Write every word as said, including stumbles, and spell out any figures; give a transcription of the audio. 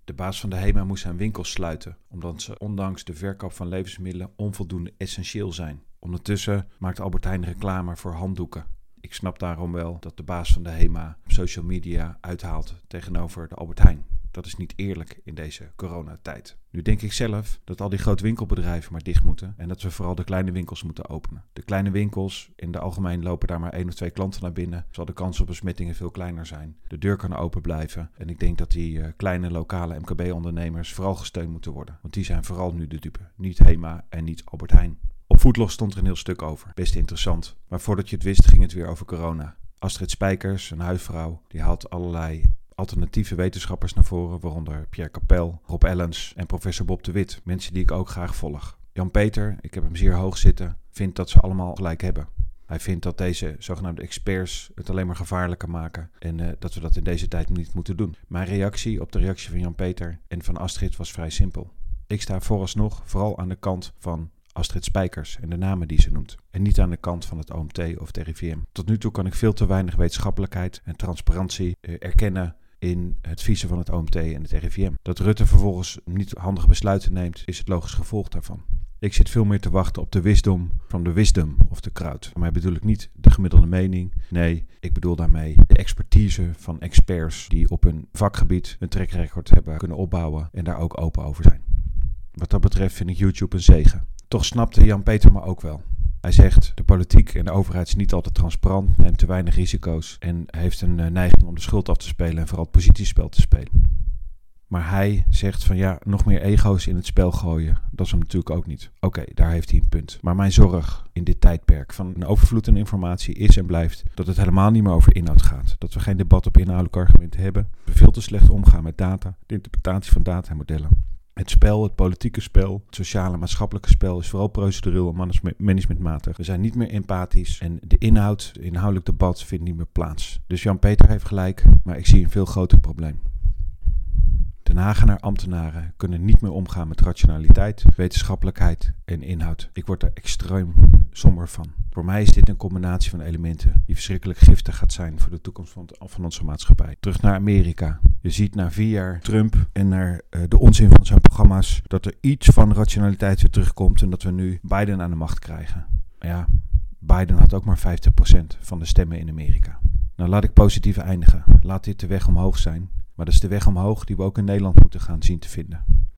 De baas van de HEMA moest zijn winkels sluiten, omdat ze ondanks de verkoop van levensmiddelen onvoldoende essentieel zijn. Ondertussen maakt Albert Heijn reclame voor handdoeken. Ik snap daarom wel dat de baas van de HEMA op social media uithaalt tegenover de Albert Heijn. Dat is niet eerlijk in deze coronatijd. Nu denk ik zelf dat al die grote winkelbedrijven maar dicht moeten en dat we vooral de kleine winkels moeten openen. De kleine winkels, in de algemeen lopen daar maar één of twee klanten naar binnen, zal de kans op besmettingen veel kleiner zijn. De deur kan open blijven en ik denk dat die uh, kleine lokale M K B-ondernemers vooral gesteund moeten worden. Want die zijn vooral nu de dupe, niet HEMA en niet Albert Heijn. Op Foodlost stond er een heel stuk over, best interessant. Maar voordat je het wist ging het weer over corona. Astrid Spijkers, een huisvrouw, die haalt allerlei alternatieve wetenschappers naar voren, waaronder Pierre Capel, Rob Ellens en professor Bob de Wit. Mensen die ik ook graag volg. Jan Peter, ik heb hem zeer hoog zitten, vindt dat ze allemaal gelijk hebben. Hij vindt dat deze zogenaamde experts het alleen maar gevaarlijker maken en uh, dat we dat in deze tijd niet moeten doen. Mijn reactie op de reactie van Jan Peter en van Astrid was vrij simpel. Ik sta vooralsnog vooral aan de kant van Astrid Spijkers en de namen die ze noemt. En niet aan de kant van het O M T of het R I V M. Tot nu toe kan ik veel te weinig wetenschappelijkheid en transparantie uh, erkennen in het viezen van het O M T en het R I V M. Dat Rutte vervolgens niet handige besluiten neemt, is het logisch gevolg daarvan. Ik zit veel meer te wachten op de wisdom van de wisdom of de crowd. Daarmee bedoel ik niet de gemiddelde mening. Nee, ik bedoel daarmee de expertise van experts die op hun vakgebied een track record hebben kunnen opbouwen en daar ook open over zijn. Wat dat betreft vind ik YouTube een zegen. Toch snapte Jan Peter me ook wel. Hij zegt, de politiek en de overheid is niet altijd transparant, neemt te weinig risico's en heeft een uh, neiging om de schuld af te spelen en vooral het positiespel te spelen. Maar hij zegt van ja, nog meer ego's in het spel gooien, dat is hem natuurlijk ook niet. Oké, okay, daar heeft hij een punt. Maar mijn zorg in dit tijdperk van een overvloed aan informatie is en blijft dat het helemaal niet meer over inhoud gaat. Dat we geen debat op inhoudelijke argumenten hebben. We veel te slecht omgaan met data, de interpretatie van datamodellen. Het spel, het politieke spel, het sociale en maatschappelijke spel is vooral procedureel en managementmatig. We zijn niet meer empathisch en de inhoud, het inhoudelijk debat vindt niet meer plaats. Dus Jan Peter heeft gelijk, maar ik zie een veel groter probleem. Den Hagenaar ambtenaren kunnen niet meer omgaan met rationaliteit, wetenschappelijkheid en inhoud. Ik word er extreem somber van. Voor mij is dit een combinatie van elementen die verschrikkelijk giftig gaat zijn voor de toekomst van, het, van onze maatschappij. Terug naar Amerika. Je ziet na vier jaar Trump en naar uh, de onzin van zijn programma's dat er iets van rationaliteit weer terugkomt en dat we nu Biden aan de macht krijgen. Ja, Biden had ook maar vijftig procent van de stemmen in Amerika. Nou, laat ik positief eindigen. Laat dit de weg omhoog zijn. Maar dat is de weg omhoog die we ook in Nederland moeten gaan zien te vinden.